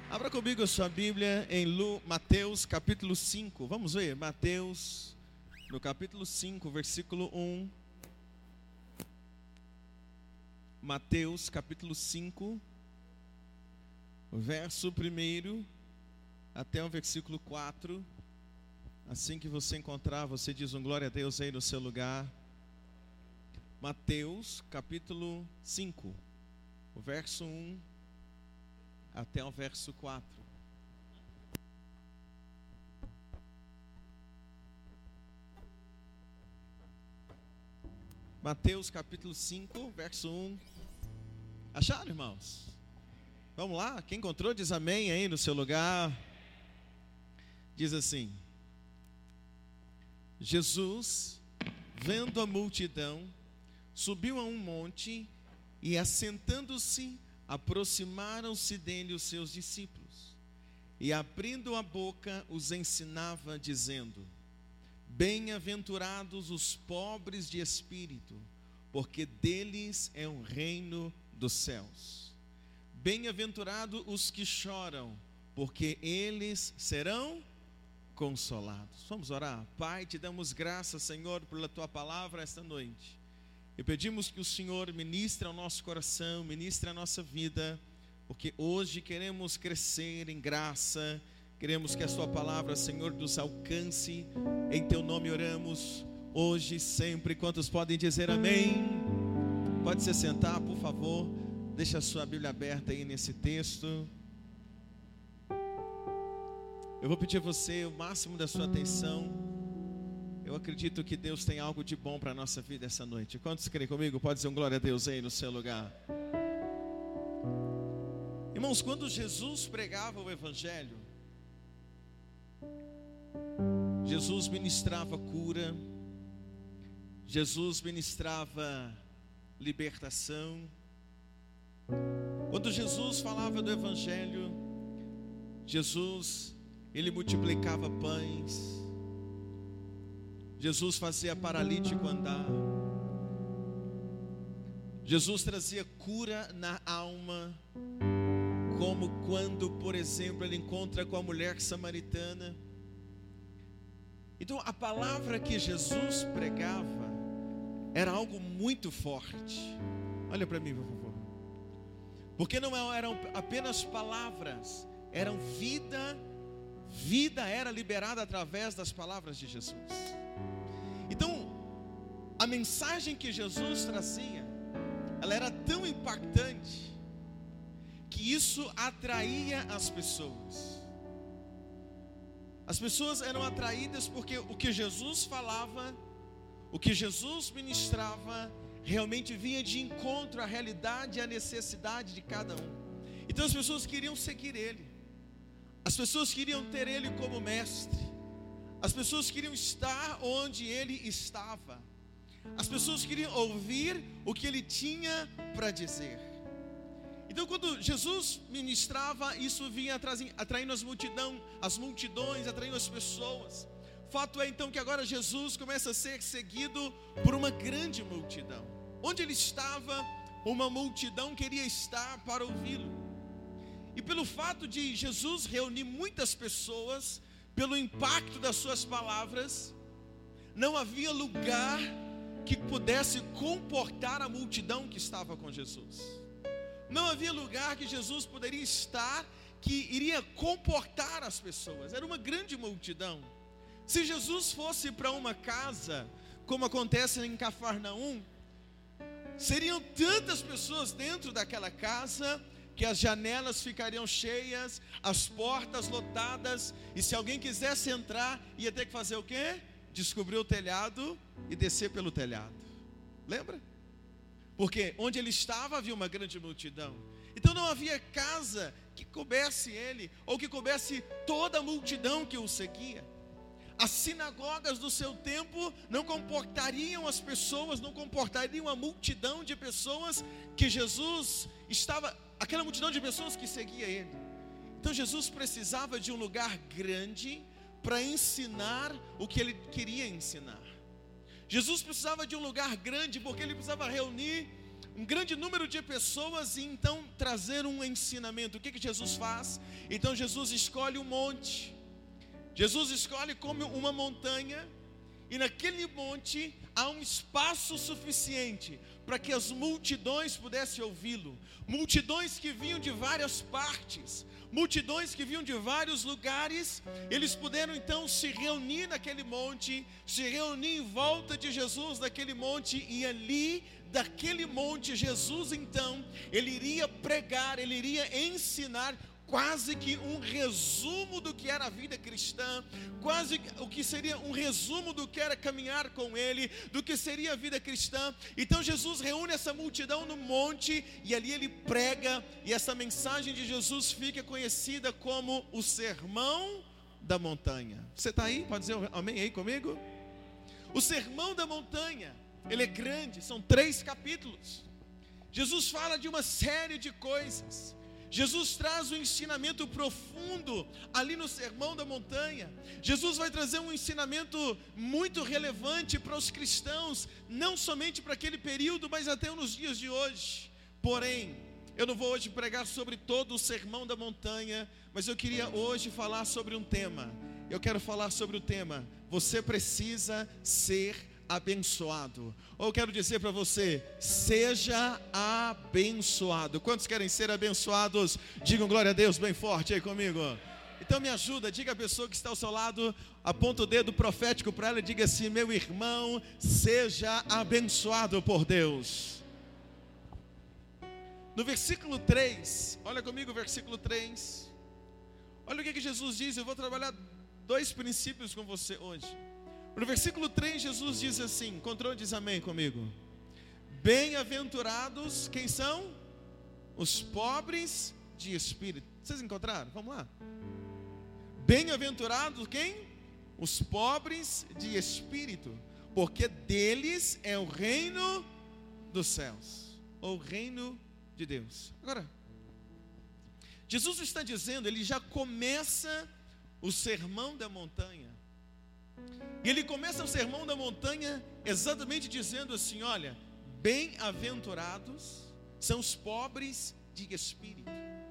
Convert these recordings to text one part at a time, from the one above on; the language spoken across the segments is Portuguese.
Abra comigo a sua Bíblia em Mateus capítulo 5. Vamos ver, Mateus no capítulo 5, versículo 1. Mateus capítulo 5, verso 1 até o versículo 4. Assim que você encontrar, você diz um glória a Deus aí no seu lugar. Mateus capítulo 5, o verso 1 até o verso 4. Mateus capítulo 5, verso 1. Acharam, irmãos? Vamos lá, quem encontrou diz amém aí no seu lugar. Diz assim: Jesus, vendo a multidão, subiu a um monte e, assentando-se, aproximaram-se dele os seus discípulos. E, abrindo a boca, os ensinava, dizendo: Bem-aventurados os pobres de espírito, porque deles é o reino dos céus. Bem-aventurados os que choram, porque eles serão consolados. Vamos orar. Pai, te damos graças, Senhor, pela tua palavra esta noite. E pedimos que o Senhor ministre ao nosso coração, ministre a nossa vida, porque hoje queremos crescer em graça, queremos que a sua palavra, Senhor, nos alcance. Em teu nome oramos, hoje e sempre. Quantos podem dizer amém? Pode se sentar, por favor. Deixa a sua Bíblia aberta aí nesse texto. Eu vou pedir a você o máximo da sua atenção. Eu acredito que Deus tem algo de bom para a nossa vida essa noite. Quantos creem comigo? Pode dizer um glória a Deus aí no seu lugar. Irmãos, quando Jesus pregava o Evangelho, Jesus ministrava cura, Jesus ministrava libertação. Quando Jesus falava do Evangelho, Jesus, ele multiplicava pães. Jesus fazia paralítico andar. Jesus trazia cura na alma, como quando, por exemplo, ele encontra com a mulher samaritana. Então, a palavra que Jesus pregava era algo muito forte. Olha para mim, por favor. Porque não eram apenas palavras, eram vida. Vida era liberada através das palavras de Jesus. Então, a mensagem que Jesus trazia, ela era tão impactante, que isso atraía as pessoas. As pessoas eram atraídas porque o que Jesus falava, o que Jesus ministrava, realmente vinha de encontro à realidade e à necessidade de cada um. Então as pessoas queriam seguir Ele. As pessoas queriam ter Ele como mestre. As pessoas queriam estar onde Ele estava. As pessoas queriam ouvir o que Ele tinha para dizer. Então, quando Jesus ministrava, isso vinha atraindo as multidões, atraindo as pessoas. Fato é então que agora Jesus começa a ser seguido por uma grande multidão. Onde Ele estava, uma multidão queria estar para ouvi-lo. E pelo fato de Jesus reunir muitas pessoas, pelo impacto das suas palavras, não havia lugar que pudesse comportar a multidão que estava com Jesus. Não havia lugar que Jesus poderia estar que iria comportar as pessoas. Era uma grande multidão. Se Jesus fosse para uma casa, como acontece em Cafarnaum, seriam tantas pessoas dentro daquela casa que as janelas ficariam cheias, as portas lotadas, e se alguém quisesse entrar, ia ter que fazer o quê? Descobrir o telhado e descer pelo telhado. Lembra? Porque onde ele estava havia uma grande multidão. Então não havia casa que coubesse ele, ou que coubesse toda a multidão que o seguia. As sinagogas do seu tempo não comportariam as pessoas, não comportariam a multidão de pessoas que Jesus estava, aquela multidão de pessoas que seguia ele. Então Jesus precisava de um lugar grande para ensinar o que ele queria ensinar. Jesus precisava de um lugar grande porque ele precisava reunir um grande número de pessoas e então trazer um ensinamento. O que Jesus faz? Então Jesus escolhe um monte. Jesus escolhe como uma montanha, e naquele monte há um espaço suficiente para que as multidões pudessem ouvi-lo. Multidões que vinham de várias partes, multidões que vinham de vários lugares. Eles puderam então se reunir naquele monte, se reunir em volta de Jesus naquele monte, e ali daquele monte Jesus então, ele iria pregar, ele iria ensinar quase que um resumo do que era a vida cristã, quase o que seria um resumo do que era caminhar com ele, do que seria a vida cristã. Então Jesus reúne essa multidão no monte, e ali ele prega, e essa mensagem de Jesus fica conhecida como o Sermão da Montanha. Você está aí? Pode dizer amém aí comigo? O Sermão da Montanha, ele é grande, são 3 capítulos. Jesus fala de uma série de coisas. Jesus traz um ensinamento profundo ali no Sermão da Montanha. Jesus vai trazer um ensinamento muito relevante para os cristãos, não somente para aquele período, mas até nos dias de hoje. Porém, eu não vou hoje pregar sobre todo o Sermão da Montanha, mas eu queria hoje falar sobre um tema. Eu quero falar sobre o tema: você precisa ser abençoado. Ou eu quero dizer para você: seja abençoado. Quantos querem ser abençoados? Digam glória a Deus bem forte aí comigo. Então me ajuda, diga a pessoa que está ao seu lado, aponta o dedo profético para ela e diga assim: meu irmão, seja abençoado por Deus. No versículo 3, olha comigo o versículo 3. Olha o que Jesus diz. Eu vou trabalhar 2 princípios com você hoje. No versículo 3, Jesus diz assim, encontrou? Diz amém comigo. Bem-aventurados, quem são? Os pobres de espírito. Vocês encontraram? Vamos lá. Bem-aventurados quem? Os pobres de espírito, porque deles é o reino dos céus, ou o reino de Deus. Agora, Jesus está dizendo, ele já começa o Sermão da Montanha. E ele começa o Sermão da Montanha exatamente dizendo assim: olha, bem-aventurados são os pobres de espírito.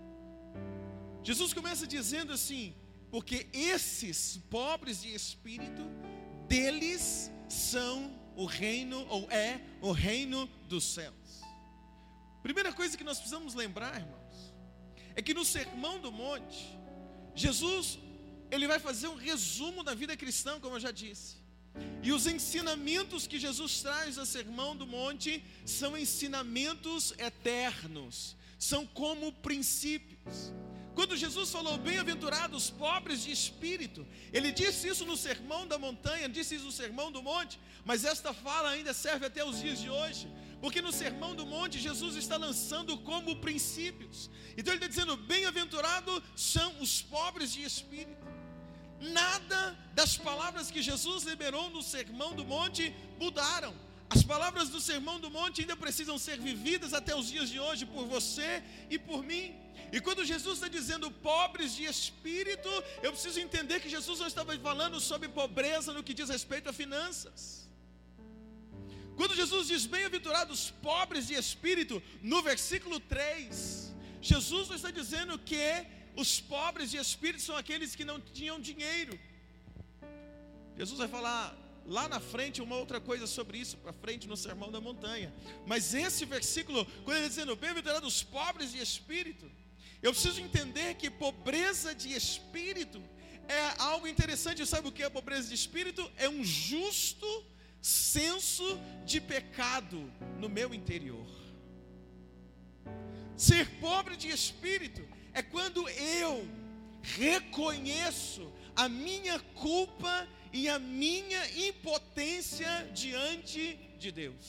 Jesus começa dizendo assim: porque esses pobres de espírito, deles são o reino, ou é o reino dos céus. Primeira coisa que nós precisamos lembrar, irmãos, é que no Sermão do Monte, Jesus, ele vai fazer um resumo da vida cristã, como eu já disse. E os ensinamentos que Jesus traz no Sermão do Monte são ensinamentos eternos, são como princípios. Quando Jesus falou bem-aventurados os pobres de espírito, ele disse isso no Sermão da Montanha, disse isso no Sermão do Monte, mas esta fala ainda serve até os dias de hoje, porque no Sermão do Monte Jesus está lançando como princípios. Então ele está dizendo: bem-aventurados são os pobres de espírito. Nada das palavras que Jesus liberou no Sermão do Monte mudaram. As palavras do Sermão do Monte ainda precisam ser vividas até os dias de hoje por você e por mim. E quando Jesus está dizendo pobres de espírito, eu preciso entender que Jesus não estava falando sobre pobreza no que diz respeito a finanças. Quando Jesus diz bem-aventurados pobres de espírito, no versículo 3, Jesus não está dizendo que os pobres de espírito são aqueles que não tinham dinheiro. Jesus vai falar lá na frente uma outra coisa sobre isso, para frente no Sermão da Montanha. Mas esse versículo, quando ele está dizendo bem-aventurados os pobres de espírito, eu preciso entender que pobreza de espírito é algo interessante. Sabe o que é pobreza de espírito? É um justo senso de pecado no meu interior. Ser pobre de espírito é quando eu reconheço a minha culpa e a minha impotência diante de Deus.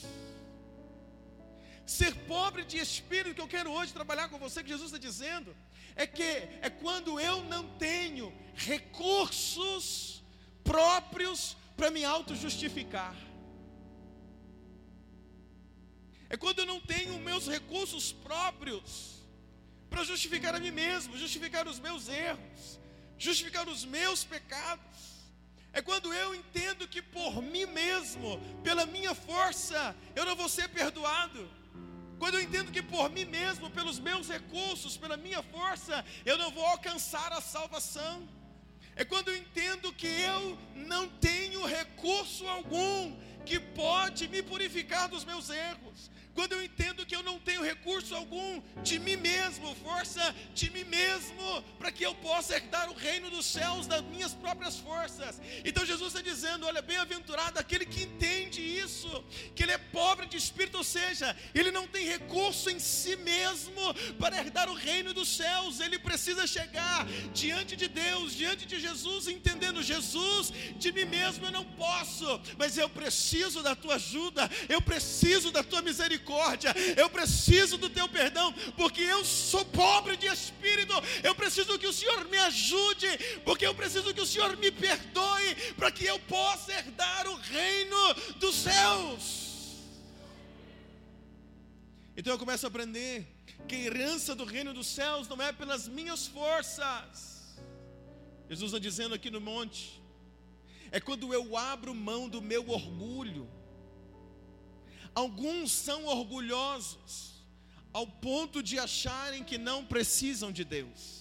Ser pobre de espírito, que eu quero hoje trabalhar com você, que Jesus está dizendo, é quando eu não tenho recursos próprios para me auto-justificar. É quando eu não tenho meus recursos próprios para justificar a mim mesmo, justificar os meus erros, justificar os meus pecados. É quando eu entendo que por mim mesmo, pela minha força, eu não vou ser perdoado. Quando eu entendo que por mim mesmo, pelos meus recursos, pela minha força, eu não vou alcançar a salvação. É quando eu entendo que eu não tenho recurso algum que pode me purificar dos meus erros. Quando eu entendo que eu não tenho recurso algum de mim mesmo, força de mim mesmo, para que eu possa herdar o reino dos céus das minhas próprias forças. Então Jesus está dizendo, olha, bem-aventurado aquele que entende isso, que ele é pobre de espírito, ou seja, ele não tem recurso em si mesmo para herdar o reino dos céus. Ele precisa chegar diante de Deus, diante de Jesus, entendendo, Jesus, de mim mesmo eu não posso, mas eu preciso da tua ajuda, eu preciso da tua misericórdia, eu preciso do teu perdão, porque eu sou pobre de espírito, eu preciso que o Senhor me ajude, porque eu preciso que o Senhor me perdoe, para que eu possa herdar o reino dos céus. Então eu começo a aprender que a herança do reino dos céus não é pelas minhas forças. Jesus está dizendo aqui no monte, é quando eu abro mão do meu orgulho. Alguns são orgulhosos ao ponto de acharem que não precisam de Deus.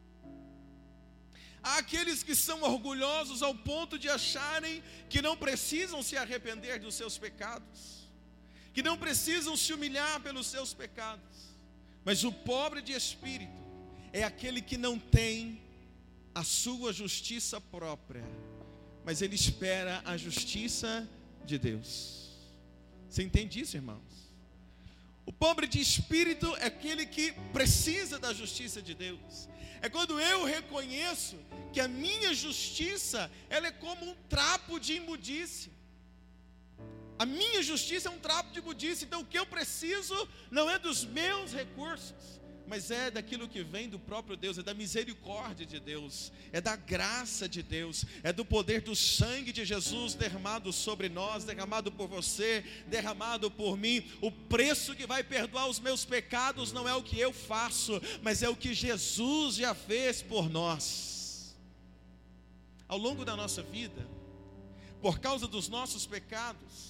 Há aqueles que são orgulhosos ao ponto de acharem que não precisam se arrepender dos seus pecados, que não precisam se humilhar pelos seus pecados. Mas o pobre de espírito é aquele que não tem a sua justiça própria, mas ele espera a justiça de Deus. Você entende isso, irmãos? O pobre de espírito é aquele que precisa da justiça de Deus. É quando eu reconheço que a minha justiça, ela é como um trapo de imundícia. A minha justiça é um trapo de imundícia. Então o que eu preciso não é dos meus recursos, mas é daquilo que vem do próprio Deus, é da misericórdia de Deus, é da graça de Deus, é do poder do sangue de Jesus derramado sobre nós, derramado por você, derramado por mim. O preço que vai perdoar os meus pecados não é o que eu faço, mas é o que Jesus já fez por nós. Ao longo da nossa vida, por causa dos nossos pecados,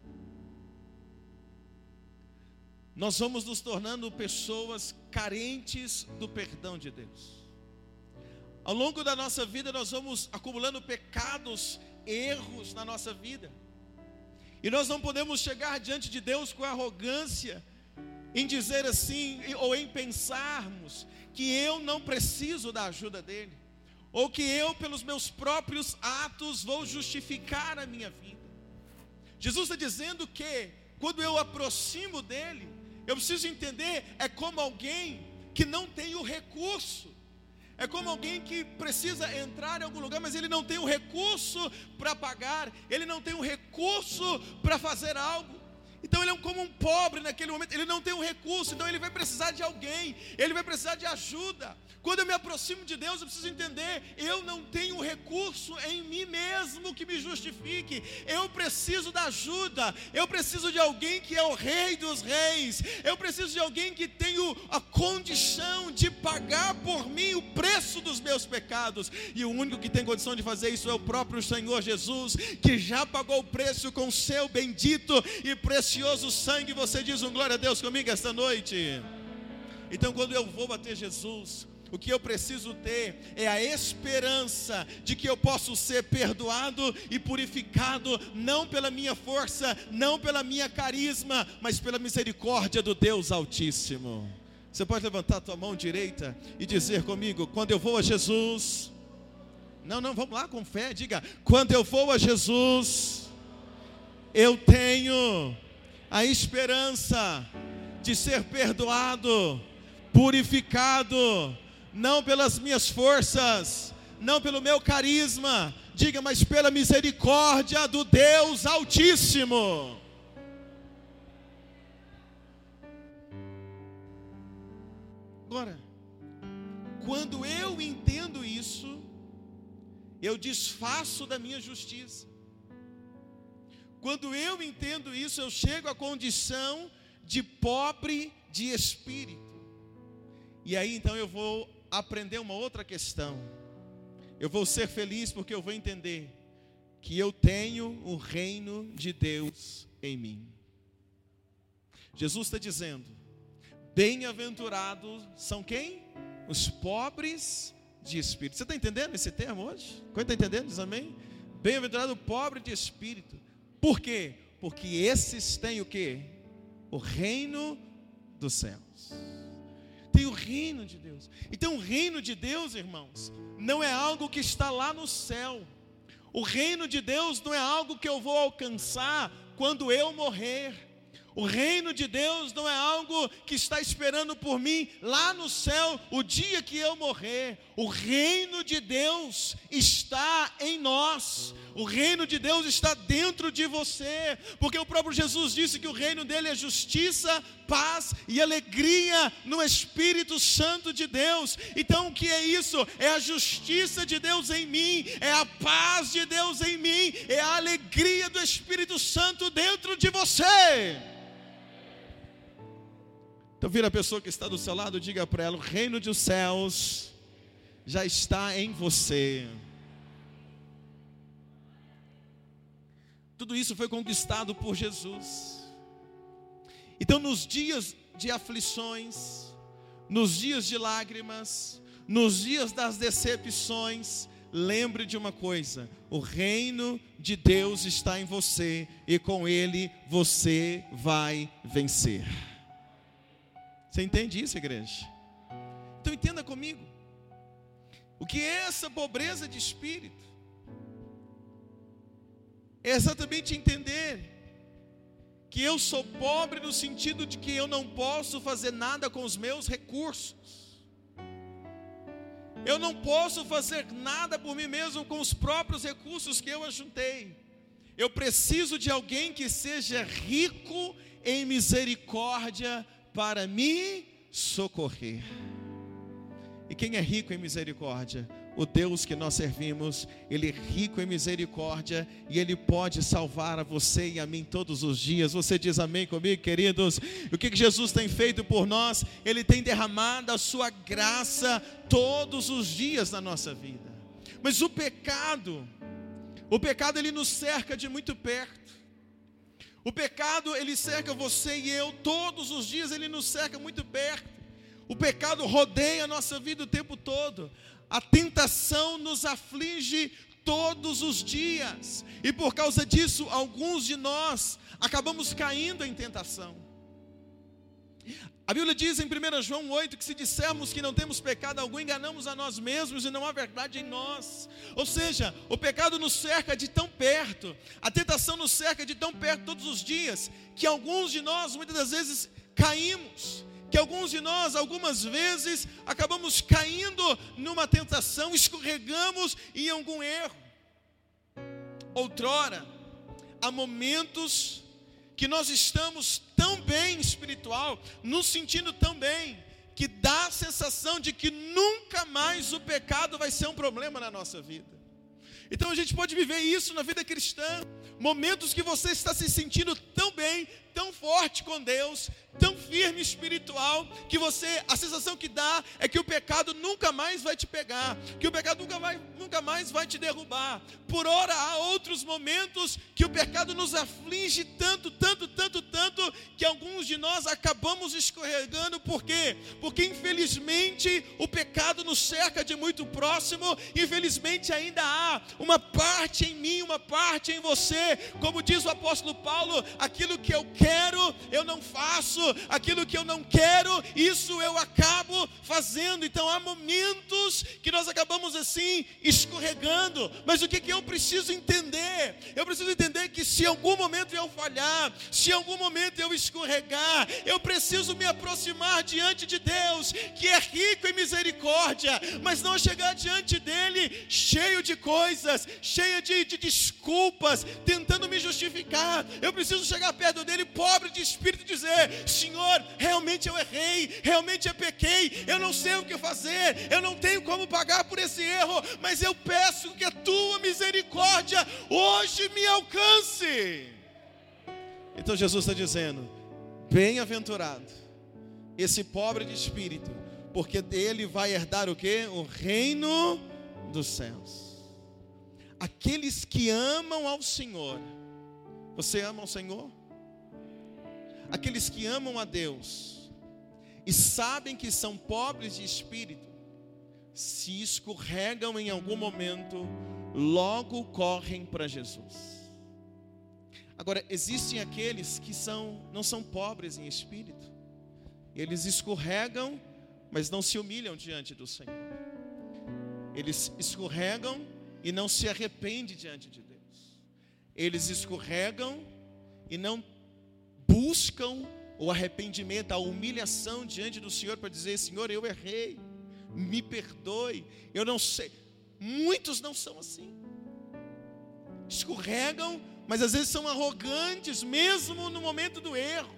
nós vamos nos tornando pessoas carentes do perdão de Deus. Ao longo da nossa vida nós vamos acumulando pecados, erros na nossa vida. E nós não podemos chegar diante de Deus com arrogância, em dizer assim, ou em pensarmos que eu não preciso da ajuda dEle, ou que eu pelos meus próprios atos vou justificar a minha vida. Jesus está dizendo que quando eu aproximo dEle, eu preciso entender, é como alguém que não tem o recurso. É como alguém que precisa entrar em algum lugar, mas ele não tem o recurso para pagar, ele não tem o recurso para fazer algo. Então ele é como um pobre naquele momento, ele não tem um recurso, então ele vai precisar de alguém, ele vai precisar de ajuda. Quando eu me aproximo de Deus, eu preciso entender, eu não tenho recurso em mim mesmo que me justifique, eu preciso da ajuda, eu preciso de alguém que é o Rei dos Reis, eu preciso de alguém que tem a condição de pagar por mim o preço dos meus pecados, e o único que tem condição de fazer isso é o próprio Senhor Jesus, que já pagou o preço com o seu bendito e precioso sangue. Você diz um glória a Deus comigo esta noite? Então quando eu vou até Jesus, o que eu preciso ter é a esperança de que eu posso ser perdoado e purificado, não pela minha força, não pela minha carisma, mas pela misericórdia do Deus Altíssimo. Você pode levantar a tua mão direita e dizer comigo, quando eu vou a Jesus, não, vamos lá com fé, diga, quando eu vou a Jesus, eu tenho a esperança de ser perdoado, purificado, não pelas minhas forças, não pelo meu carisma, diga, mas pela misericórdia do Deus Altíssimo. Agora, quando eu entendo isso, eu desfaço da minha justiça. Quando eu entendo isso, eu chego à condição de pobre de espírito. E aí então eu vou aprender uma outra questão. Eu vou ser feliz porque eu vou entender que eu tenho o reino de Deus em mim. Jesus está dizendo: bem-aventurados são quem? Os pobres de espírito. Você está entendendo esse termo hoje? Quem está entendendo? Diz amém? Bem-aventurado o pobre de espírito. Por quê? Porque esses têm o quê? O reino dos céus. Tem o reino de Deus. Então o reino de Deus, irmãos, não é algo que está lá no céu. O reino de Deus não é algo que eu vou alcançar quando eu morrer. O reino de Deus não é algo que está esperando por mim lá no céu, o dia que eu morrer. O reino de Deus está em nós. O reino de Deus está dentro de você. Porque o próprio Jesus disse que o reino dele é justiça, paz e alegria no Espírito Santo de Deus. Então o que é isso? É a justiça de Deus em mim, é a paz de Deus em mim, é a alegria do Espírito Santo dentro de você. Então vira a pessoa que está do seu lado, diga para ela: o reino dos céus já está em você. Tudo isso foi conquistado por Jesus. Então nos dias de aflições, nos dias de lágrimas, nos dias das decepções, lembre de uma coisa: o reino de Deus está em você e com ele você vai vencer. Você entende isso, igreja? Então entenda comigo. O que é essa pobreza de espírito? É exatamente entender que eu sou pobre no sentido de que eu não posso fazer nada com os meus recursos. Eu não posso fazer nada por mim mesmo com os próprios recursos que eu ajuntei. Eu preciso de alguém que seja rico em misericórdia para me socorrer. E quem é rico em misericórdia? O Deus que nós servimos. Ele é rico em misericórdia e Ele pode salvar a você e a mim todos os dias. Você diz amém comigo, queridos? O que Jesus tem feito por nós? Ele tem derramado a sua graça todos os dias na nossa vida. Mas o pecado ele nos cerca de muito perto. O pecado, ele cerca você e eu todos os dias, ele nos cerca muito perto. O pecado rodeia a nossa vida o tempo todo. A tentação nos aflige todos os dias. E por causa disso, alguns de nós acabamos caindo em tentação. A Bíblia diz em 1 João 8 que se dissermos que não temos pecado algum, enganamos a nós mesmos e não há verdade em nós. Ou seja, o pecado nos cerca de tão perto, a tentação nos cerca de tão perto todos os dias, que alguns de nós muitas das vezes caímos, que alguns de nós algumas vezes acabamos caindo numa tentação, escorregamos em algum erro. Outrora, há momentos que nós estamos tão bem espiritual, nos sentindo tão bem, que dá a sensação de que nunca mais o pecado vai ser um problema na nossa vida. Então a gente pode viver isso na vida cristã, momentos que você está se sentindo tão bem, tão forte com Deus, tão firme espiritual, que a sensação que dá é que o pecado nunca mais vai te pegar, que o pecado nunca mais vai te derrubar. Por ora há outros momentos que o pecado nos aflige tanto, que alguns de nós acabamos escorregando. Por quê? Porque infelizmente o pecado nos cerca de muito próximo. Infelizmente ainda há uma parte em mim, uma parte em você. Como diz o apóstolo Paulo: aquilo que eu quero, eu não faço. Aquilo que eu não quero, isso eu acabo fazendo. Então há momentos que nós acabamos assim, escorregando. Mas o que eu preciso entender? Eu preciso entender que se em algum momento eu falhar, se em algum momento eu escorregar, eu preciso me aproximar diante de Deus, que é rico em misericórdia, mas não chegar diante dele cheio de coisas, cheio de desculpas, tentando me justificar. Eu preciso chegar perto dele pobre de espírito e dizer: Senhor, realmente eu errei, realmente eu pequei, eu não sei o que fazer, eu não tenho como pagar por esse erro, mas eu peço que a tua misericórdia hoje me alcance. Então Jesus está dizendo: bem-aventurado esse pobre de espírito, porque ele vai herdar o quê? O reino dos céus. Aqueles que amam ao Senhor. Você ama ao Senhor? aqueles que amam a Deus e sabem que são pobres de espírito, se escorregam em algum momento, logo correm para Jesus. Agora, existem aqueles que não são pobres em espírito. Eles escorregam, mas não se humilham diante do Senhor. Eles escorregam e não se arrependem diante de Deus. Eles escorregam e não buscam o arrependimento, a humilhação diante do Senhor para dizer: Senhor, eu errei, me perdoe, eu não sei. Muitos não são assim. Escorregam, mas às vezes são arrogantes, mesmo no momento do erro.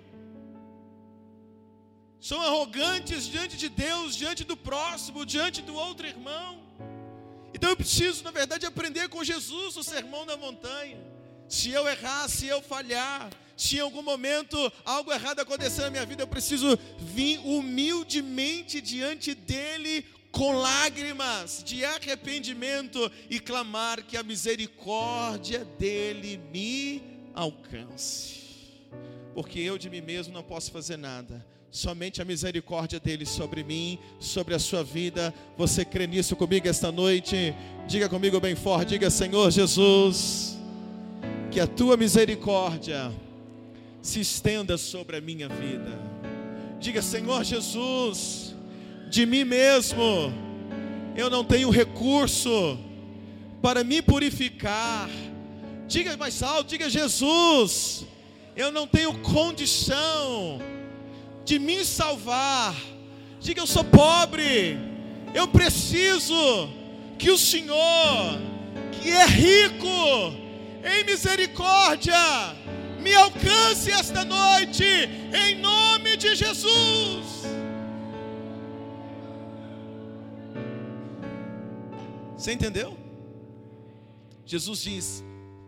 São arrogantes diante de Deus, diante do próximo, diante do outro irmão. Então eu preciso, na verdade, aprender com Jesus o sermão da montanha. Se eu errar, se eu falhar, se em algum momento algo errado acontecer na minha vida, eu preciso vir humildemente diante dele, com lágrimas de arrependimento, e clamar que a misericórdia dele me alcance. Porque eu de mim mesmo não posso fazer nada. Somente a misericórdia dele sobre mim, sobre a sua vida. Você crê nisso comigo esta noite? Diga comigo bem forte, diga: Senhor Jesus, que a tua misericórdia se estenda sobre a minha vida. Diga: Senhor Jesus, de mim mesmo eu não tenho recurso para me purificar. Diga mais alto, diga: Jesus, eu não tenho condição de me salvar. Diga: eu sou pobre, eu preciso que o Senhor, que é rico em misericórdia, me alcance esta noite, em nome de Jesus. Você entendeu? Jesus diz: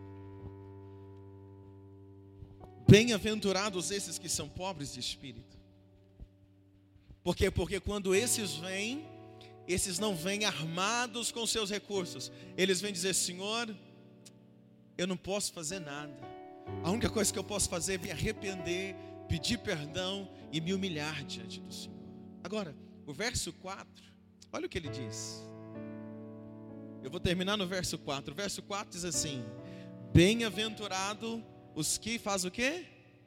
bem-aventurados esses que são pobres de espírito. Por quê? Porque quando esses vêm, esses não vêm armados com seus recursos. Eles vêm dizer: Senhor, eu não posso fazer nada. A única coisa que eu posso fazer é me arrepender, pedir perdão e me humilhar diante do Senhor. Agora, o verso 4, olha o que ele diz. Eu vou terminar no verso 4. O verso 4 diz assim: bem-aventurado os que fazem o quê?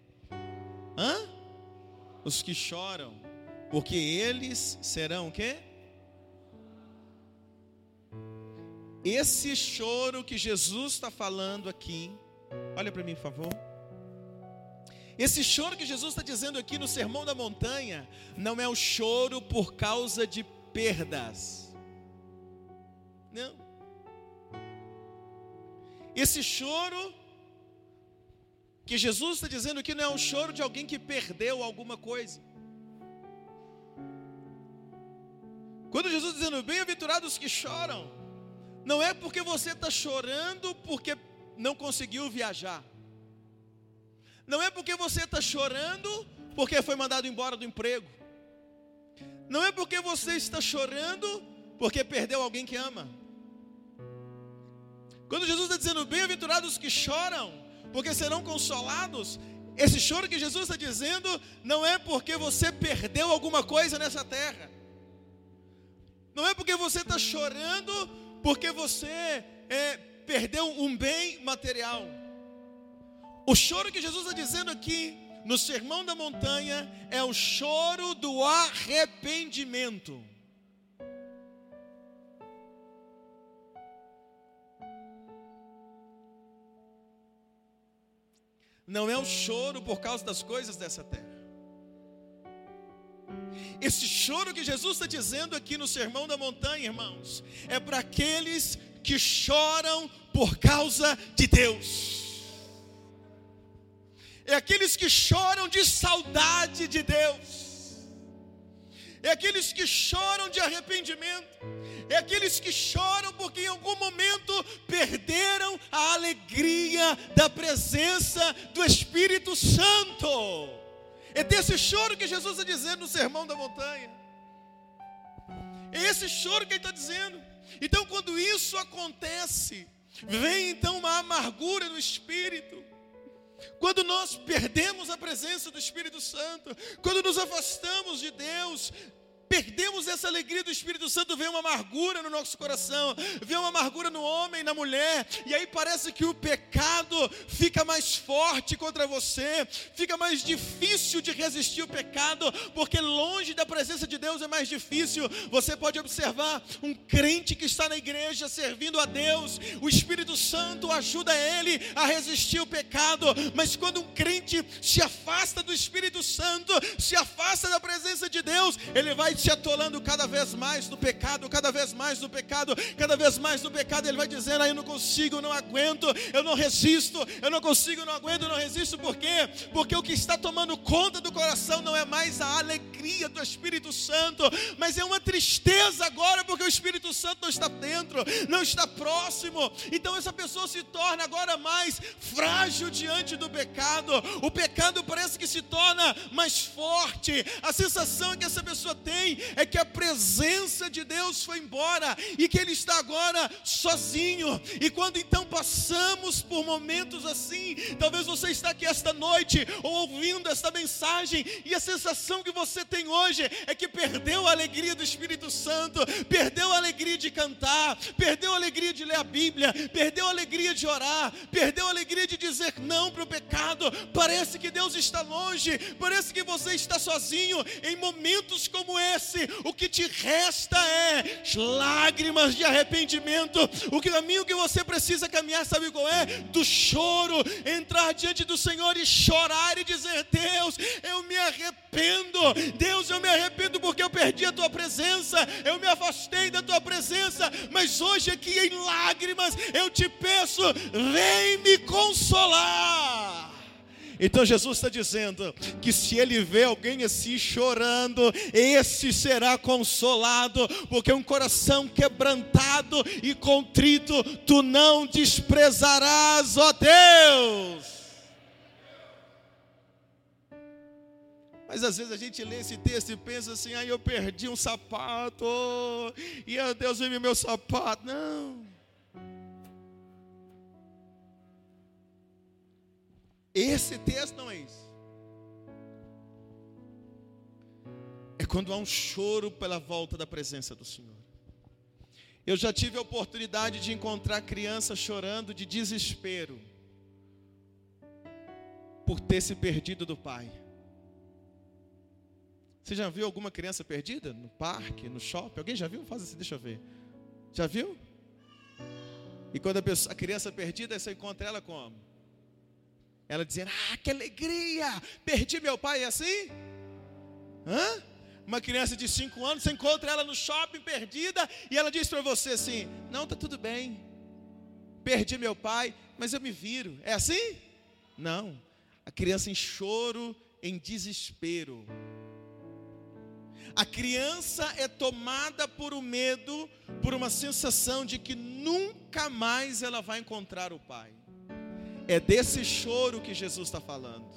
Os que choram, porque eles serão o quê? Esse choro que Jesus está falando aqui, olha para mim, por favor. Esse choro que Jesus está dizendo aqui no Sermão da Montanha, não é o choro por causa de perdas. Não. Esse choro que Jesus está dizendo aqui não é um choro de alguém que perdeu alguma coisa. Quando Jesus está dizendo bem-aventurados os que choram, não é porque você está chorando porque não conseguiu viajar. Não é porque você está chorando porque foi mandado embora do emprego. Não é porque você está chorando porque perdeu alguém que ama. Quando Jesus está dizendo bem-aventurados os que choram, porque serão consolados, esse choro que Jesus está dizendo não é porque você perdeu alguma coisa nessa terra. Não é porque você está chorando porque você perdeu um bem material. O choro que Jesus está dizendo aqui no Sermão da Montanha é o choro do arrependimento. Não é o choro por causa das coisas dessa terra. Esse choro que Jesus está dizendo aqui no Sermão da Montanha, irmãos, é para aqueles que choram por causa de Deus. É aqueles que choram de saudade de Deus. É aqueles que choram de arrependimento. É aqueles que choram porque em algum momento perderam a alegria da presença do Espírito Santo. É desse choro que Jesus está dizendo no Sermão da Montanha. É esse choro que ele está dizendo. Então, quando isso acontece, vem então uma amargura no espírito. Quando nós perdemos a presença do Espírito Santo, quando nos afastamos de Deus, perdemos essa alegria do Espírito Santo, vem uma amargura no nosso coração, vem uma amargura no homem, na mulher, e aí parece que o pecado fica mais forte contra você, fica mais difícil de resistir o pecado, porque longe da presença de Deus é mais difícil. Você pode observar um crente que está na igreja servindo a Deus, o Espírito Santo ajuda ele a resistir o pecado, mas quando um crente se afasta do Espírito Santo, se afasta da presença de Deus, ele vai se atolando cada vez mais no pecado, cada vez mais no pecado, cada vez mais no pecado. Ele vai dizendo: eu não consigo, eu não aguento, eu não resisto, eu não consigo, eu não aguento, eu não resisto. Por quê? Porque o que está tomando conta do coração não é mais a alegria do Espírito Santo, mas é uma tristeza agora, porque o Espírito Santo não está dentro, não está próximo. Então essa pessoa se torna agora mais frágil diante do pecado. O pecado parece que se torna mais forte. A sensação que essa pessoa tem é que a presença de Deus foi embora e que ele está agora sozinho. E quando então passamos por momentos assim, talvez você está aqui esta noite ou ouvindo esta mensagem, e a sensação que você tem hoje é que perdeu a alegria do Espírito Santo, perdeu a alegria de cantar, perdeu a alegria de ler a Bíblia, perdeu a alegria de orar, perdeu a alegria de dizer não para o pecado. Parece que Deus está longe, parece que você está sozinho. Em momentos como esse, o que te resta é lágrimas de arrependimento. O caminho que você precisa caminhar, sabe qual é? Do choro, entrar diante do Senhor e chorar e dizer: Deus, eu me arrependo, Deus, eu me arrependo porque eu perdi a tua presença, eu me afastei da tua presença, mas hoje aqui em lágrimas eu te peço, vem me consolar. Então Jesus está dizendo que se ele vê alguém assim chorando, esse será consolado, porque um coração quebrantado e contrito tu não desprezarás, ó Deus. Mas às vezes a gente lê esse texto e pensa assim: ai, eu perdi um sapato, e Deus viu meu sapato. Não. Esse texto não é isso. É quando há um choro pela volta da presença do Senhor. Eu já tive a oportunidade de encontrar crianças chorando de desespero por ter se perdido do pai. Você já viu alguma criança perdida? No parque, no shopping? Alguém já viu? Faz assim, deixa eu ver. Já viu? E quando a criança perdida, você encontra ela como? Ela dizendo: ah, que alegria, perdi meu pai, é assim? Hã? Uma criança de 5 anos, você encontra ela no shopping perdida, e ela diz para você assim: não, está tudo bem, perdi meu pai, mas eu me viro. É assim? Não, a criança em choro, em desespero. A criança é tomada por um medo, por uma sensação de que nunca mais ela vai encontrar o pai. É desse choro que Jesus está falando.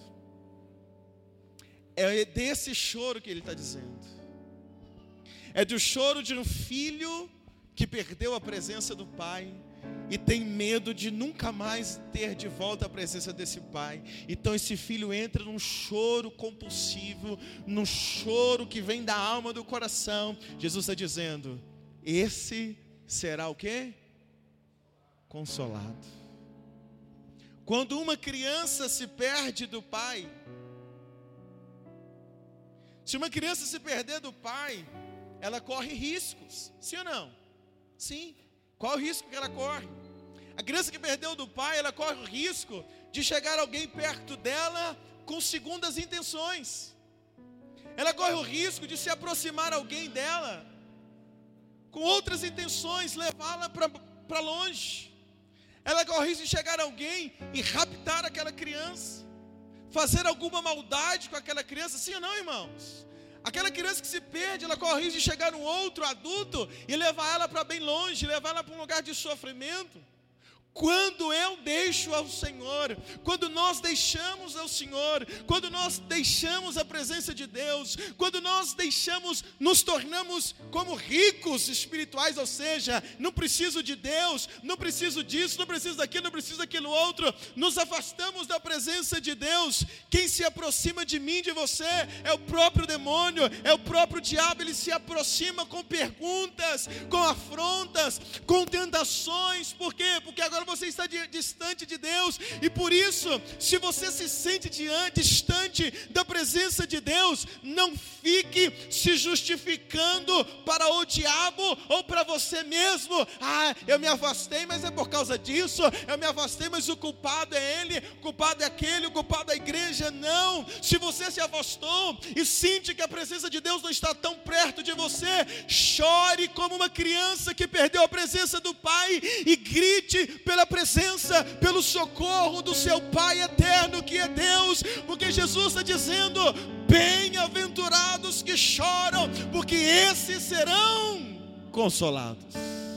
É desse choro que ele está dizendo. É do choro de um filho que perdeu a presença do pai e tem medo de nunca mais ter de volta a presença desse pai. Então esse filho entra num choro compulsivo, num choro que vem da alma, do coração. Jesus está dizendo: esse será o quê? Consolado. Quando uma criança se perde do pai, se uma criança se perder do pai, ela corre riscos, sim ou não? Sim. Qual o risco que ela corre? A criança que perdeu do pai, ela corre o risco de chegar alguém perto dela com segundas intenções. Ela corre o risco de se aproximar alguém dela com outras intenções, levá-la para longe. Ela corre o risco de chegar alguém e raptar aquela criança, fazer alguma maldade com aquela criança, sim ou não, irmãos? Aquela criança que se perde, ela corre o risco de chegar um outro adulto e levar ela para bem longe, levar ela para um lugar de sofrimento. Quando eu deixo ao Senhor, quando nós deixamos ao Senhor, quando nós deixamos a presença de Deus, quando nós deixamos, nos tornamos como ricos espirituais, ou seja, não preciso de Deus, não preciso disso, não preciso daquilo, não preciso daquilo outro, nos afastamos da presença de Deus. Quem se aproxima de mim, de você, é o próprio demônio, é o próprio diabo. Ele se aproxima com perguntas, com afrontas, com tentações. Por quê? Porque agora você está distante de Deus, e por isso, se você se sente distante da presença de Deus, não fique se justificando para o diabo ou para você mesmo. Eu me afastei, mas é por causa disso, eu me afastei, mas o culpado é ele, o culpado é aquele, o culpado é a igreja. Não, se você se afastou e sente que a presença de Deus não está tão perto de você, chore como uma criança que perdeu a presença do Pai, e grite pela presença, pelo socorro do seu Pai eterno, que é Deus, porque Jesus está dizendo: bem-aventurados que choram, porque esses serão consolados.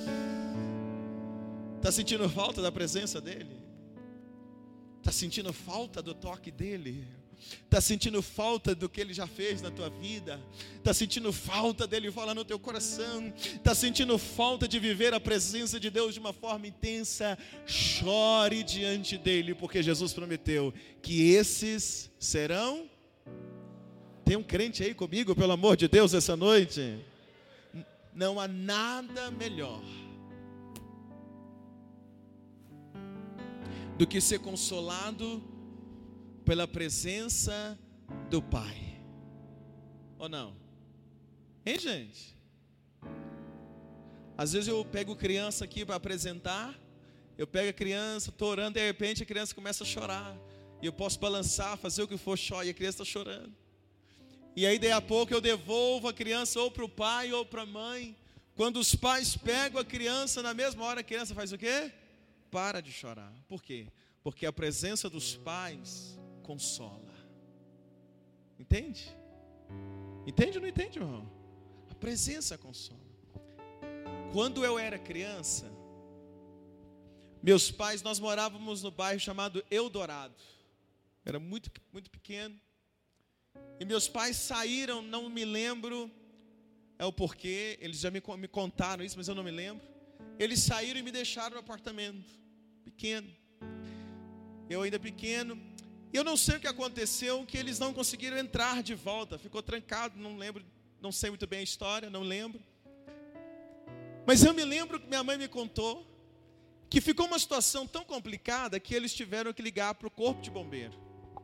Está sentindo falta da presença dEle? Está sentindo falta do toque dEle? Está sentindo falta do que Ele já fez na tua vida? Está sentindo falta dEle falar no teu coração? Está sentindo falta de viver a presença de Deus de uma forma intensa? Chore diante dEle, porque Jesus prometeu que esses serão. Tem um crente aí comigo, pelo amor de Deus, essa noite? Não há nada melhor do que ser consolado pela presença do Pai. Ou não? Hein, gente? Às vezes eu pego criança aqui para apresentar, eu pego a criança, estou orando, de repente a criança começa a chorar, e eu posso balançar, fazer o que for, chorar, e a criança está chorando. E aí daí a pouco eu devolvo a criança ou para o pai ou para a mãe. Quando os pais pegam a criança, na mesma hora a criança faz o quê? Para de chorar. Por quê? Porque a presença dos pais consola. Entende? Entende ou não entende, irmão? A presença consola. Quando eu era criança, meus pais, nós morávamos no bairro chamado Eldorado. Era muito, muito pequeno. E meus pais saíram, não me lembro o porquê, eles já me contaram isso, mas eu não me lembro. Eles saíram e me deixaram no apartamento, pequeno. Eu ainda pequeno. Eu não sei o que aconteceu, que eles não conseguiram entrar de volta. Ficou trancado, não lembro, não sei muito bem a história, não lembro. Mas eu me lembro que minha mãe me contou que ficou uma situação tão complicada que eles tiveram que ligar para o corpo de bombeiro.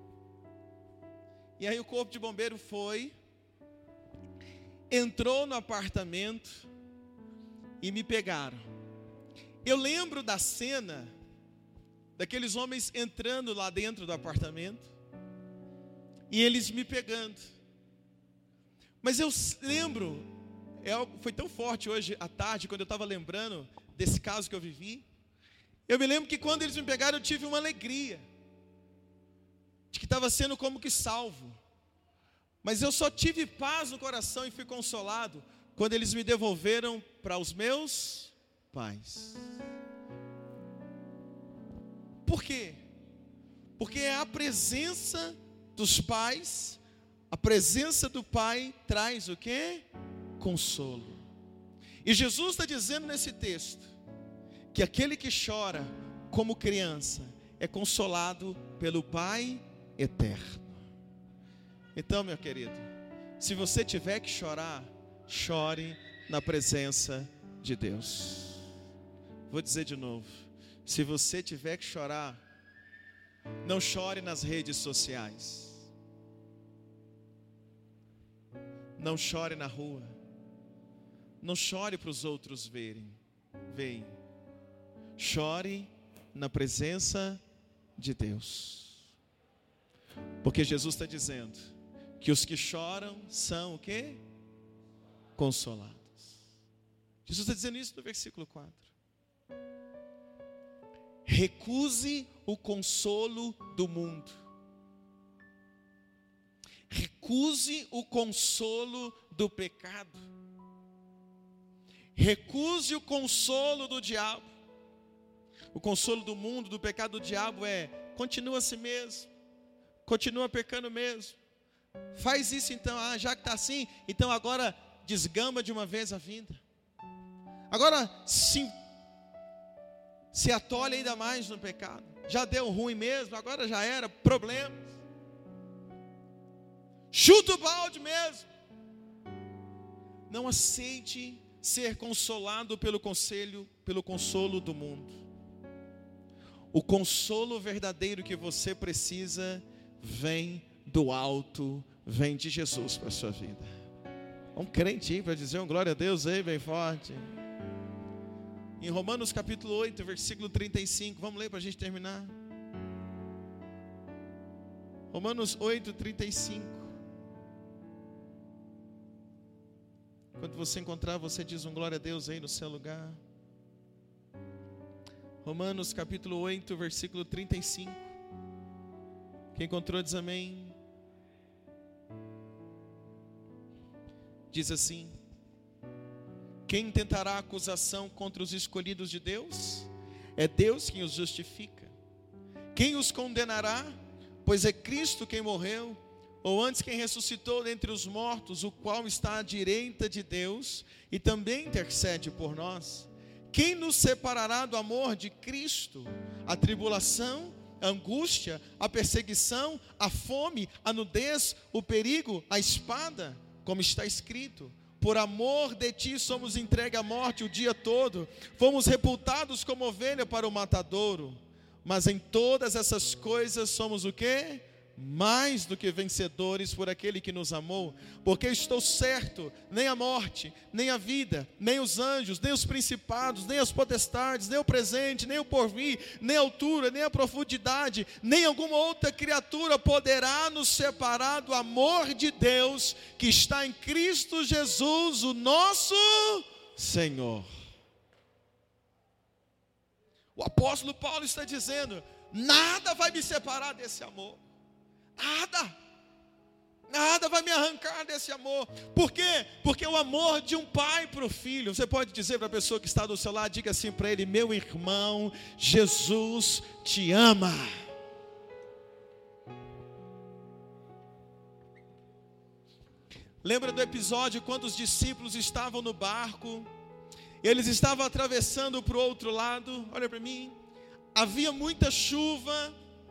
E aí o corpo de bombeiro foi, entrou no apartamento e me pegaram. Eu lembro da cena daqueles homens entrando lá dentro do apartamento e eles me pegando. Mas eu lembro, foi tão forte hoje à tarde, quando eu estava lembrando desse caso que eu vivi. Eu me lembro que quando eles me pegaram, eu tive uma alegria de que estava sendo como que salvo. Mas eu só tive paz no coração e fui consolado quando eles me devolveram para os meus pais. Por quê? Porque é a presença dos pais, a presença do Pai traz o quê? Consolo. E Jesus está dizendo nesse texto que aquele que chora como criança é consolado pelo Pai eterno. Então, meu querido, se você tiver que chorar, chore na presença de Deus. Vou dizer de novo, se você tiver que chorar, não chore nas redes sociais, não chore na rua, não chore para os outros verem, chore na presença de Deus, porque Jesus está dizendo que os que choram são o quê? Consolados. Jesus está dizendo isso no versículo 4. Recuse o consolo do mundo. Recuse o consolo do pecado. Recuse o consolo do diabo. O consolo do mundo, do pecado do diabo é: continua assim mesmo, continua pecando mesmo. Faz isso então, já que está assim, então agora desgama de uma vez a vida. Agora se atole ainda mais no pecado. Já deu ruim mesmo, agora já era, problemas. Chuta o balde mesmo. Não aceite ser consolado pelo consolo do mundo. O consolo verdadeiro que você precisa vem do alto, vem de Jesus para a sua vida. Um crente aí para dizer glória a Deus aí bem forte. Em Romanos capítulo 8, versículo 35, vamos ler para a gente terminar. Romanos 8, 35. Quando você encontrar, você diz glória a Deus aí no seu lugar. Romanos capítulo 8, versículo 35. Quem encontrou diz amém. Diz assim: quem tentará acusação contra os escolhidos de Deus? É Deus quem os justifica. Quem os condenará? Pois é Cristo quem morreu, ou antes quem ressuscitou dentre os mortos, o qual está à direita de Deus e também intercede por nós. Quem nos separará do amor de Cristo? A tribulação, a angústia, a perseguição, a fome, a nudez, o perigo, a espada? Como está escrito: por amor de ti somos entregues à morte o dia todo, fomos repultados como ovelha para o matadouro. Mas em todas essas coisas somos o quê? Mais do que vencedores por aquele que nos amou. Porque estou certo, nem a morte, nem a vida, nem os anjos, nem os principados, nem as potestades, nem o presente, nem o porvir, nem a altura, nem a profundidade, nem alguma outra criatura poderá nos separar do amor de Deus que está em Cristo Jesus, o nosso Senhor. O apóstolo Paulo está dizendo: nada vai me separar desse amor. Nada vai me arrancar desse amor. Por quê? Porque é o amor de um pai para o filho. Você pode dizer para a pessoa que está do seu lado, diga assim para ele: meu irmão, Jesus te ama. Lembra do episódio quando os discípulos estavam no barco? Eles estavam atravessando para o outro lado. Olha para mim. Havia muita chuva,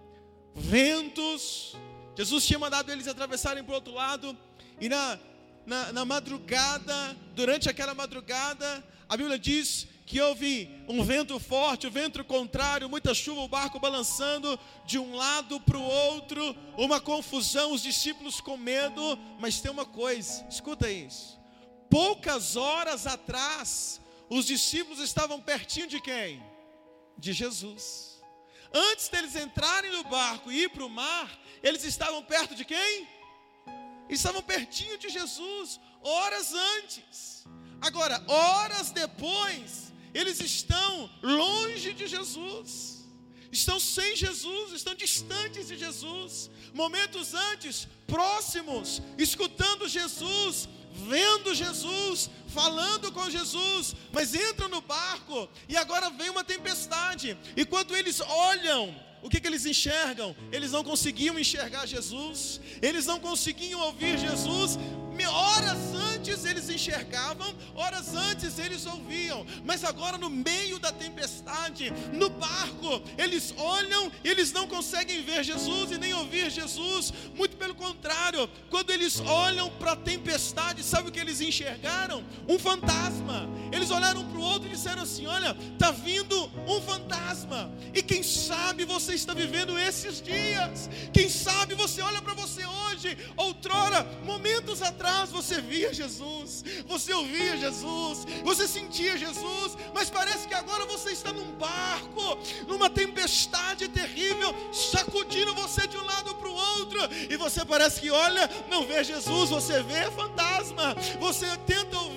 ventos. Jesus tinha mandado eles atravessarem para o outro lado. E na madrugada, durante aquela madrugada, a Bíblia diz que houve um vento forte, o vento contrário, muita chuva, o barco balançando de um lado para o outro, uma confusão, os discípulos com medo. Mas tem uma coisa, escuta isso: poucas horas atrás, os discípulos estavam pertinho de quem? De Jesus. Antes deles entrarem no barco e ir para o mar, eles estavam perto de quem? Estavam pertinho de Jesus, horas antes. Agora, horas depois, eles estão longe de Jesus, estão sem Jesus, estão distantes de Jesus. Momentos antes, próximos, escutando Jesus, vendo Jesus, falando com Jesus, mas entram no barco e agora vem uma tempestade. E quando eles olham, o que eles enxergam? Eles não conseguiam enxergar Jesus, eles não conseguiam ouvir Jesus. Horas antes eles enxergavam, horas antes eles ouviam, mas agora no meio da tempestade, no barco, eles olham, eles não conseguem ver Jesus e nem ouvir Jesus. Muito pelo contrário, quando eles olham para a tempestade, sabe o que eles enxergaram? Um fantasma. Eles olharam para o outro e disseram assim: olha, está vindo um fantasma. E quem sabe você está vivendo esses dias, quem sabe você olha para você hoje, outrora, momentos atrás, você via Jesus, você ouvia Jesus, você sentia Jesus, mas parece que agora você está num barco, numa tempestade terrível, sacudindo você de um lado para o outro, e você parece que olha, não vê Jesus, você vê fantasma, você tenta ouvir,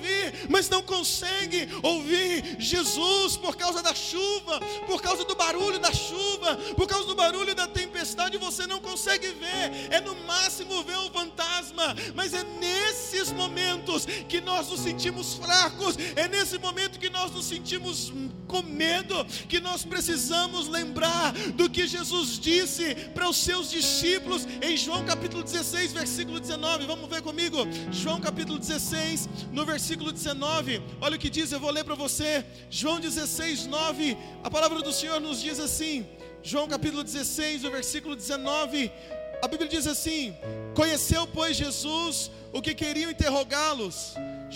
mas não consegue ouvir Jesus por causa da chuva, por causa do barulho da chuva, por causa do barulho da tempestade. Você não consegue ver, é no máximo ver o fantasma. Mas é nesses momentos que nós nos sentimos fracos, é nesse momento que nós nos sentimos com medo, que nós precisamos lembrar do que Jesus disse para os seus discípulos em João capítulo 16, versículo 19. Vamos ver comigo, João capítulo 16, no versículo 19, olha o que diz, eu vou ler para você, João 16, 9, a palavra do Senhor nos diz assim, João capítulo 16, o versículo 19, a Bíblia diz assim: conheceu, pois, Jesus o que queriam interrogá-los.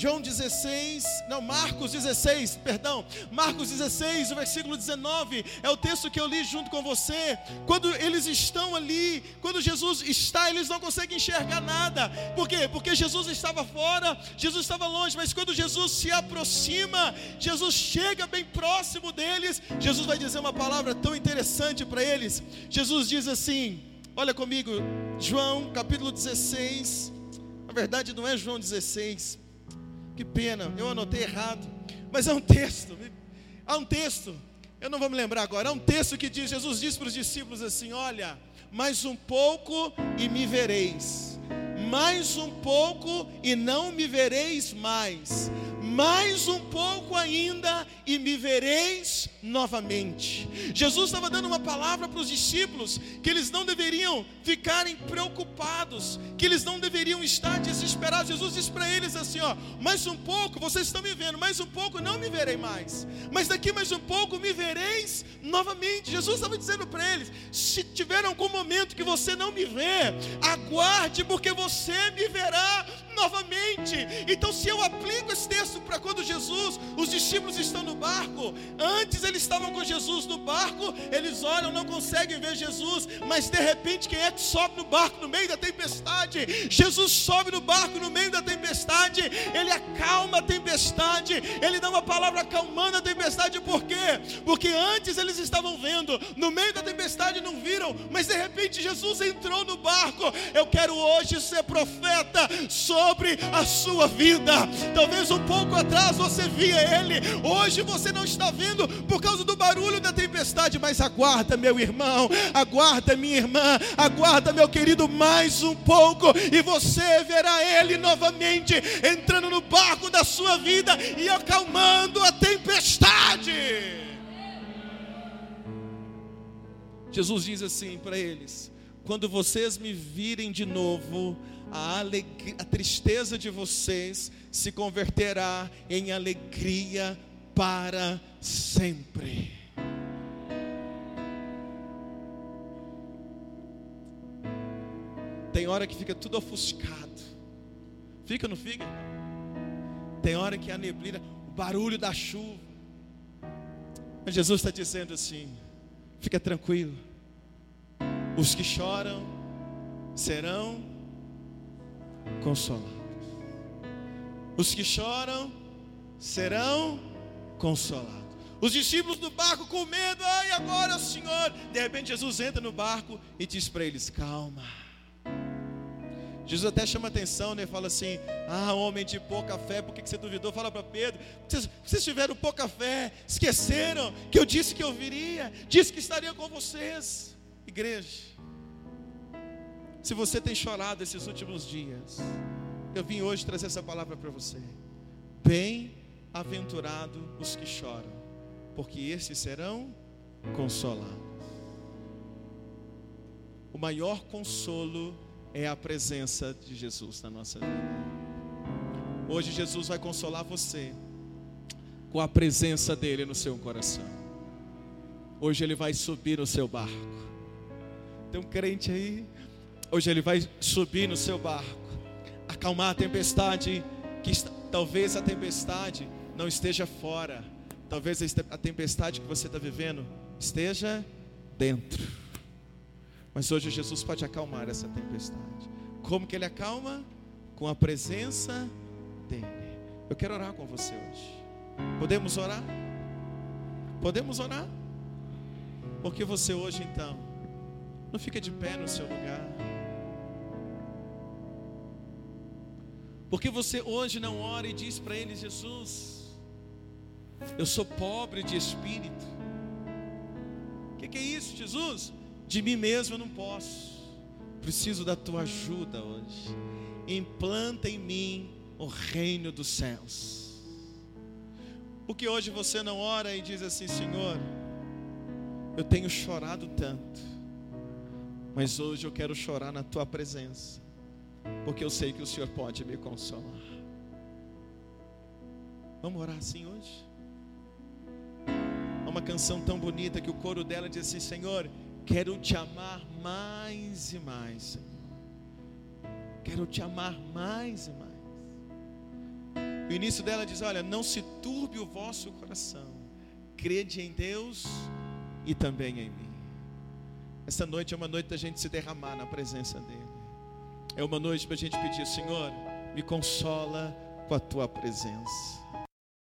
Marcos 16, o versículo 19, é o texto que eu li junto com você. Quando eles estão ali, quando Jesus está, eles não conseguem enxergar nada. Por quê? Porque Jesus estava fora, Jesus estava longe, mas quando Jesus se aproxima, Jesus chega bem próximo deles, Jesus vai dizer uma palavra tão interessante para eles. Jesus diz assim, olha comigo, João capítulo 16, na verdade não é João 16, que pena, eu anotei errado, mas há um texto, eu não vou me lembrar agora, há um texto que diz, Jesus diz para os discípulos assim, olha, mais um pouco e me vereis, mais um pouco e não me vereis mais, mais um pouco ainda e me vereis novamente. Jesus estava dando uma palavra para os discípulos, que eles não deveriam ficarem preocupados, que eles não deveriam estar desesperados. Jesus disse para eles assim, mais um pouco, vocês estão me vendo, mais um pouco não me verei mais, mas daqui mais um pouco me vereis novamente. Jesus estava dizendo para eles, se tiver algum momento que você não me vê, aguarde, porque você me verá novamente. Então, se eu aplico esse texto para quando os discípulos estão no barco, antes eles estavam com Jesus no barco, eles olham, não conseguem ver Jesus, mas de repente quem é que sobe no barco no meio da tempestade? Jesus sobe no barco no meio da tempestade, ele acalma a tempestade, ele dá uma palavra acalmando a tempestade. Por quê? Porque antes eles estavam vendo, no meio da tempestade não viram, mas de repente Jesus entrou no barco. Eu quero hoje ser profeta sobre a sua vida. Talvez um pouco atrás você via ele, hoje você não está vendo por causa do barulho da tempestade, mas aguarda, meu irmão, aguarda, minha irmã, aguarda, meu querido, mais um pouco e você verá ele novamente entrando no barco da sua vida e acalmando a tempestade. Jesus diz assim para eles: quando vocês me virem de novo, a tristeza de vocês se converterá em alegria para sempre. Tem hora que fica tudo ofuscado. Fica ou não fica? Tem hora que a neblina, o barulho da chuva. Mas Jesus está dizendo assim: fica tranquilo. Os que choram serão consolados. Os que choram serão consolados. Os discípulos do barco com medo, ai, agora, Senhor. De repente Jesus entra no barco e diz para eles: calma. Jesus até chama atenção, né? Fala assim: homem de pouca fé, por que você duvidou? Fala para Pedro: vocês tiveram pouca fé, esqueceram que eu disse que eu viria, disse que estaria com vocês. Igreja, se você tem chorado esses últimos dias, eu vim hoje trazer essa palavra para você. Bem-aventurado os que choram, porque esses serão consolados. O maior consolo é a presença de Jesus na nossa vida. Hoje Jesus vai consolar você com a presença dele no seu coração. Hoje ele vai subir no seu barco. Tem um crente aí, hoje ele vai subir no seu barco, acalmar a tempestade, talvez a tempestade não esteja fora, talvez a tempestade que você está vivendo esteja dentro, mas hoje Jesus pode acalmar essa tempestade. Como que ele acalma? Com a presença dele. Eu quero orar com você hoje. Podemos orar? Podemos orar? Porque você hoje então, não fica de pé no seu lugar. Porque você hoje não ora e diz para Ele: Jesus, eu sou pobre de espírito. O que é isso, Jesus? De mim mesmo eu não posso, preciso da tua ajuda hoje. Implanta em mim o reino dos céus. Porque hoje você não ora e diz assim: Senhor, eu tenho chorado tanto, mas hoje eu quero chorar na tua presença, porque eu sei que o Senhor pode me consolar. Vamos orar assim hoje? Há uma canção tão bonita que o coro dela diz assim: Senhor, quero te amar mais e mais, Senhor. Quero te amar mais e mais. O início dela diz: olha, não se turbe o vosso coração, crede em Deus e também em mim. Essa noite é uma noite da gente se derramar na presença dEle. É uma noite para a gente pedir: Senhor, me consola com a tua presença.